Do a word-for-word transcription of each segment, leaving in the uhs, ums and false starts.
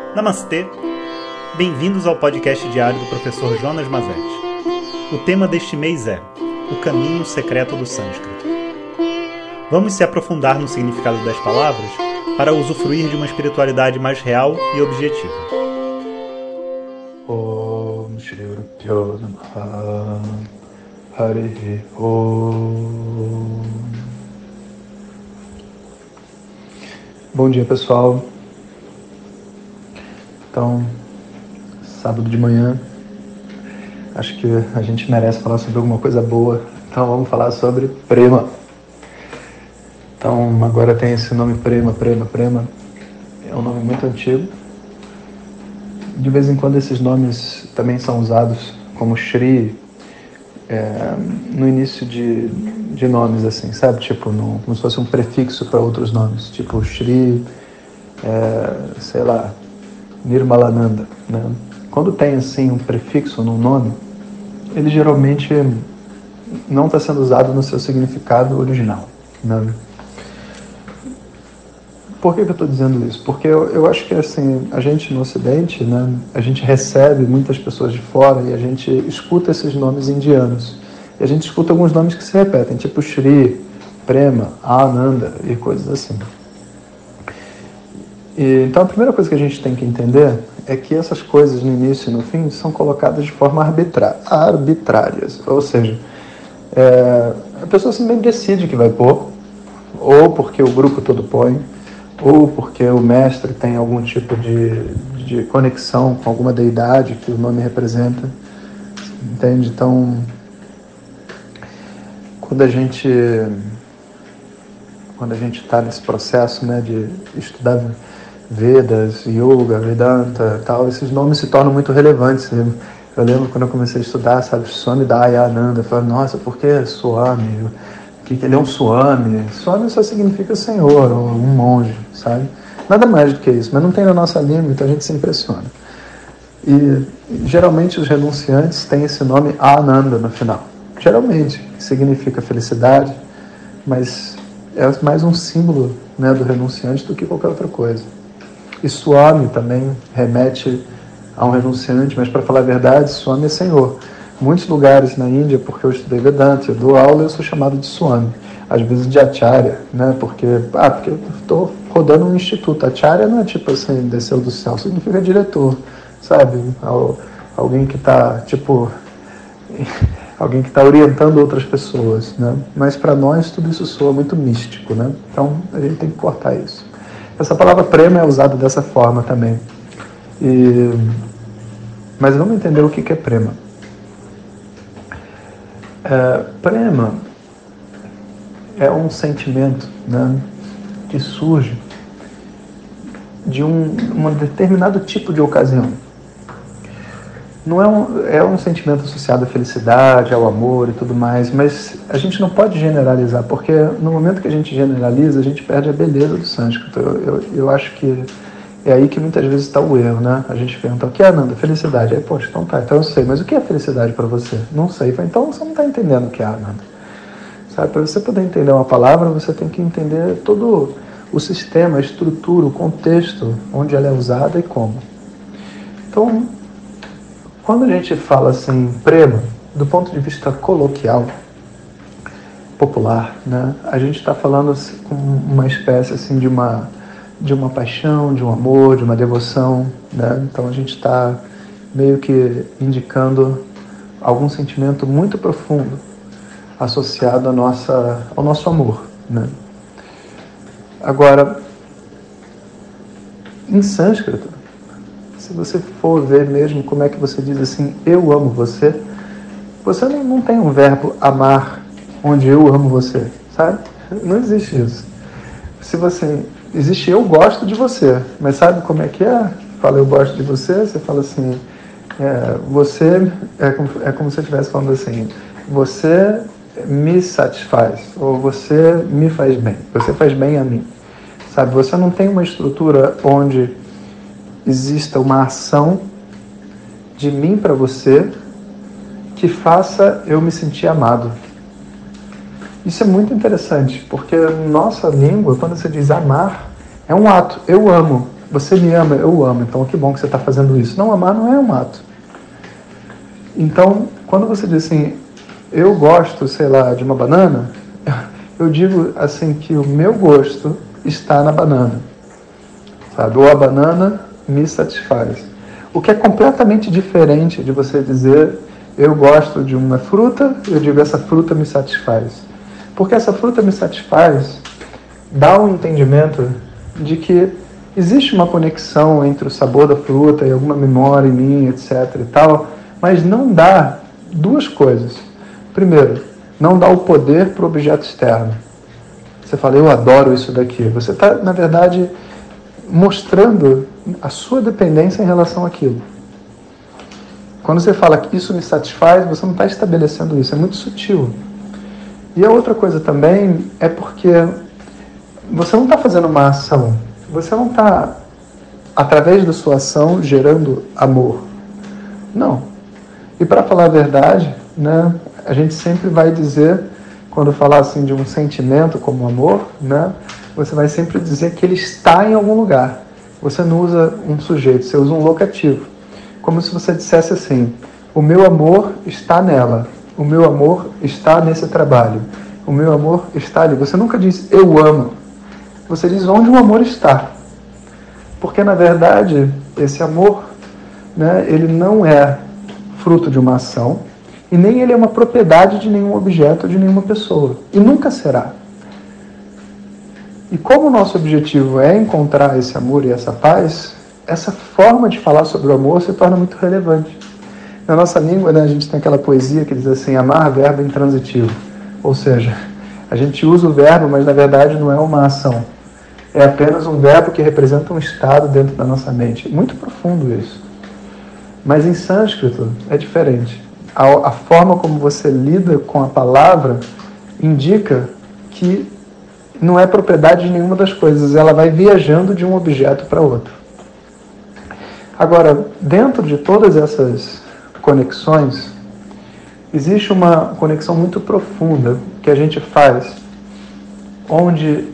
Namastê! Bem-vindos ao podcast diário do professor Jonas Mazetti. O tema deste mês é O Caminho Secreto do Sânscrito. Vamos se aprofundar no significado das palavras para usufruir de uma espiritualidade mais real e objetiva. Om Shri Guru Namaha Harihi Om. Bom dia, pessoal. Então, sábado de manhã, acho que a gente merece falar sobre alguma coisa boa. Então vamos falar sobre Prema. Então agora tem esse nome Prema, Prema, Prema. É um nome muito antigo. De vez em quando esses nomes também são usados como Shri, é, no início de, de nomes, assim, sabe? Tipo, no, como se fosse um prefixo para outros nomes. Tipo Shri, é, sei lá, Nirmalananda, né? Quando tem assim um prefixo num nome, ele geralmente não está sendo usado no seu significado original, né? Por que que eu estou dizendo isso? Porque eu, eu acho que assim, a gente no Ocidente, né, a gente recebe muitas pessoas de fora e a gente escuta esses nomes indianos. E a gente escuta alguns nomes que se repetem, tipo Shri, Prema, Ananda e coisas assim. E, então a primeira coisa que a gente tem que entender é que essas coisas no início e no fim são colocadas de forma arbitrária, arbitrárias. Ou seja, é, a pessoa simplesmente decide que vai pôr, ou porque o grupo todo põe, ou porque o mestre tem algum tipo de, de conexão com alguma deidade que o nome representa. Entende? Então, quando a gente quando a gente está nesse processo, né, de estudar Vedas, Yoga, Vedanta, tal, esses nomes se tornam muito relevantes. Eu lembro quando eu comecei a estudar, sabe, Swami Dayananda, eu falei, nossa, por que Swami? Que ele é um Swami. Swami só significa senhor, ou um monge, sabe? Nada mais do que isso, mas não tem na nossa língua, então a gente se impressiona. E geralmente os renunciantes têm esse nome Ananda no final. Geralmente, que significa felicidade, mas é mais um símbolo, né, do renunciante do que qualquer outra coisa. E Swami também remete a um renunciante, mas para falar a verdade, Swami é senhor. Muitos lugares na Índia, porque eu estudei Vedanta, eu dou aula, eu sou chamado de Swami. Às vezes de Acharya, né? Porque, ah, porque eu estou rodando um instituto. Acharya não é tipo assim, desceu do céu, significa diretor, sabe? Alguém que está, tipo, alguém que está orientando outras pessoas, né? Mas para nós tudo isso soa muito místico, né? Então a gente tem que cortar isso. Essa palavra prema é usada dessa forma também. E... Mas vamos entender o que é prema. É, prema é um sentimento, né, que surge de um, um determinado tipo de ocasião. Não é um, é um sentimento associado à felicidade, ao amor e tudo mais, mas a gente não pode generalizar, porque no momento que a gente generaliza, a gente perde a beleza do sânscrito. Eu, eu, eu acho que é aí que muitas vezes está o erro, né? A gente pergunta, o que é, Ananda? Felicidade. Aí, poxa, então tá, então eu sei, mas o que é felicidade para você? Não sei. Então você não está entendendo o que é, Ananda. Sabe? Para você poder entender uma palavra, você tem que entender todo o sistema, a estrutura, o contexto onde ela é usada e como. Então, quando a gente fala assim, prema, do ponto de vista coloquial, popular, né? A gente está falando assim, com uma espécie assim, de uma... de uma paixão, de um amor, de uma devoção, né? Então a gente está meio que indicando algum sentimento muito profundo associado à nossa, ao nosso amor, né? Agora, em sânscrito, se você for ver mesmo como é que você diz assim, eu amo você, você não, não tem um verbo amar onde eu amo você, sabe? Não existe isso. Se você... Existe eu gosto de você, mas sabe como é que é? Fala eu gosto de você, você fala assim, é, você, é como, é como se você estivesse falando assim, você me satisfaz, ou você me faz bem, você faz bem a mim. Sabe, você não tem uma estrutura onde exista uma ação de mim para você que faça eu me sentir amado. Isso é muito interessante, porque nossa língua, quando você diz amar, é um ato, eu amo, você me ama, eu amo, então que bom que você está fazendo isso. Não amar não é um ato. Então, quando você diz assim, eu gosto, sei lá, de uma banana, eu digo assim que o meu gosto está na banana, sabe? Ou a banana me satisfaz. O que é completamente diferente de você dizer, eu gosto de uma fruta, eu digo, essa fruta me satisfaz. Porque essa fruta me satisfaz, dá um entendimento de que existe uma conexão entre o sabor da fruta e alguma memória em mim, etc e tal, mas não dá duas coisas. Primeiro, não dá o poder para o objeto externo. Você fala, eu adoro isso daqui. Você está, na verdade, mostrando a sua dependência em relação àquilo. Quando você fala que isso me satisfaz, você não está estabelecendo isso. É muito sutil. E a outra coisa também é porque você não está fazendo uma ação. Você não está, através da sua ação, gerando amor. Não. E para falar a verdade, né, a gente sempre vai dizer, quando falar assim de um sentimento como amor, né, você vai sempre dizer que ele está em algum lugar. Você não usa um sujeito, você usa um locativo. Como se você dissesse assim, o meu amor está nela, o meu amor está nesse trabalho, o meu amor está ali. Você nunca diz, eu amo. Você diz onde o amor está. Porque, na verdade, esse amor, né, ele não é fruto de uma ação, e nem ele é uma propriedade de nenhum objeto, de nenhuma pessoa. E nunca será. E como o nosso objetivo é encontrar esse amor e essa paz, essa forma de falar sobre o amor se torna muito relevante. Na nossa língua, né, a gente tem aquela poesia que diz assim, amar verbo intransitivo. Ou seja, a gente usa o verbo, mas na verdade não é uma ação. É apenas um verbo que representa um estado dentro da nossa mente. Muito profundo isso. Mas em sânscrito é diferente. A, a forma como você lida com a palavra indica que não é propriedade de nenhuma das coisas. Ela vai viajando de um objeto para outro. Agora, dentro de todas essas conexões, existe uma conexão muito profunda que a gente faz, onde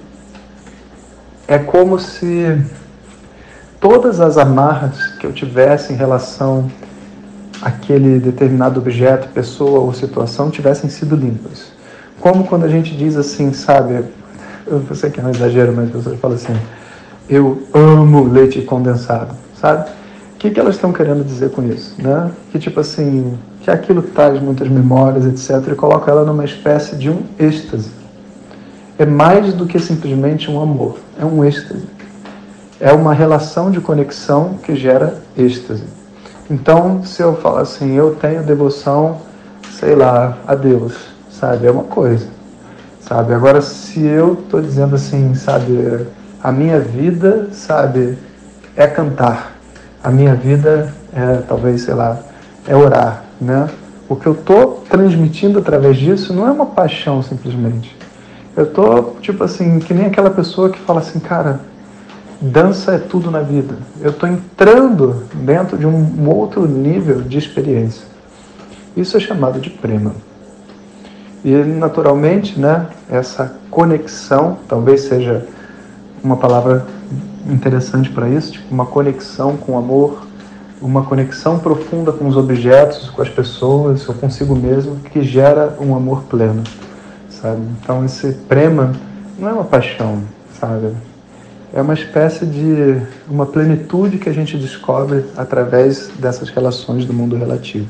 é como se todas as amarras que eu tivesse em relação àquele determinado objeto, pessoa ou situação tivessem sido limpas. Como quando a gente diz assim, sabe, eu sei que é um exagero, mas as pessoas falam assim, eu amo leite condensado, sabe? O que, que elas estão querendo dizer com isso, né? Que tipo assim, que aquilo traz muitas memórias, etcétera, e coloca ela numa espécie de um êxtase. É mais do que simplesmente um amor, é um êxtase. É uma relação de conexão que gera êxtase. Então, se eu falar assim, eu tenho devoção, sei lá, a Deus, sabe? É uma coisa, sabe? Agora, se eu estou dizendo assim, sabe? A minha vida, sabe? É cantar. A minha vida é, talvez, sei lá, é orar, né? O que eu estou transmitindo através disso não é uma paixão, simplesmente. Eu estou, tipo assim, que nem aquela pessoa que fala assim, cara, dança é tudo na vida. Eu estou entrando dentro de um outro nível de experiência. Isso é chamado de prema. E naturalmente, né, essa conexão, talvez seja uma palavra interessante para isso, tipo uma conexão com o amor, uma conexão profunda com os objetos, com as pessoas, ou consigo mesmo, que gera um amor pleno, sabe? Então esse prema não é uma paixão, sabe? É uma espécie de uma plenitude que a gente descobre através dessas relações do mundo relativo.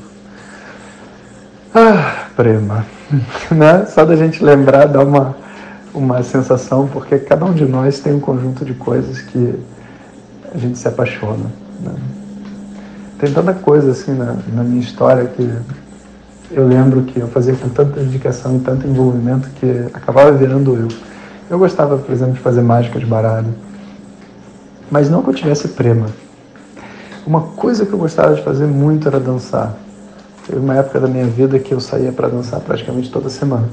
Ah, prema, né? Só da gente lembrar dá uma, uma sensação, porque cada um de nós tem um conjunto de coisas que a gente se apaixona, né? Tem tanta coisa assim na, na minha história que eu lembro que eu fazia com tanta dedicação e tanto envolvimento que acabava virando eu. Eu gostava, por exemplo, de fazer mágica de baralho, mas não que eu tivesse prema. Uma coisa que eu gostava de fazer muito era dançar. Teve uma época da minha vida que eu saía para dançar praticamente toda semana.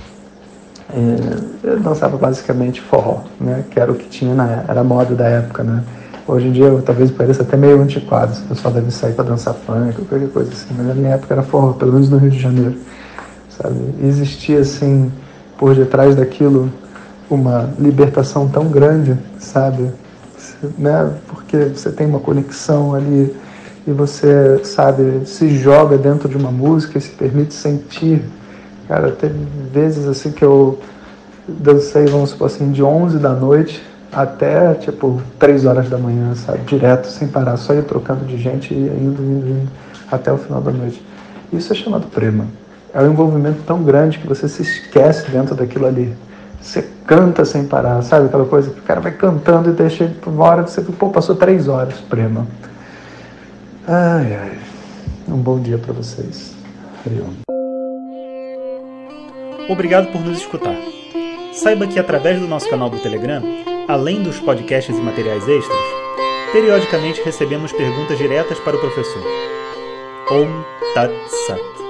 Eu dançava basicamente forró, né? Que era o que tinha na era a moda da época, né? Hoje em dia eu, talvez pareça até meio antiquado, o pessoal deve sair para dançar funk ou qualquer coisa assim, mas na minha época era forró, pelo menos no Rio de Janeiro, sabe? E existia assim, por detrás daquilo, uma libertação tão grande, sabe? Né? Porque porque você tem uma conexão ali e você, sabe, se joga dentro de uma música e se permite sentir. Cara, teve vezes assim que eu dancei, vamos supor assim, de onze da noite até, tipo, três horas da manhã, sabe, direto, sem parar, só ia trocando de gente e indo, indo, indo, até o final da noite. Isso é chamado prema. É um envolvimento tão grande que você se esquece dentro daquilo ali. Você canta sem parar, sabe, aquela coisa que o cara vai cantando e deixa ele por uma hora, você, pô, passou três horas, prema. Ai, ai. Um bom dia para vocês. Arion. Obrigado por nos escutar. Saiba que através do nosso canal do Telegram, além dos podcasts e materiais extras, periodicamente recebemos perguntas diretas para o professor. Om Tat Sat.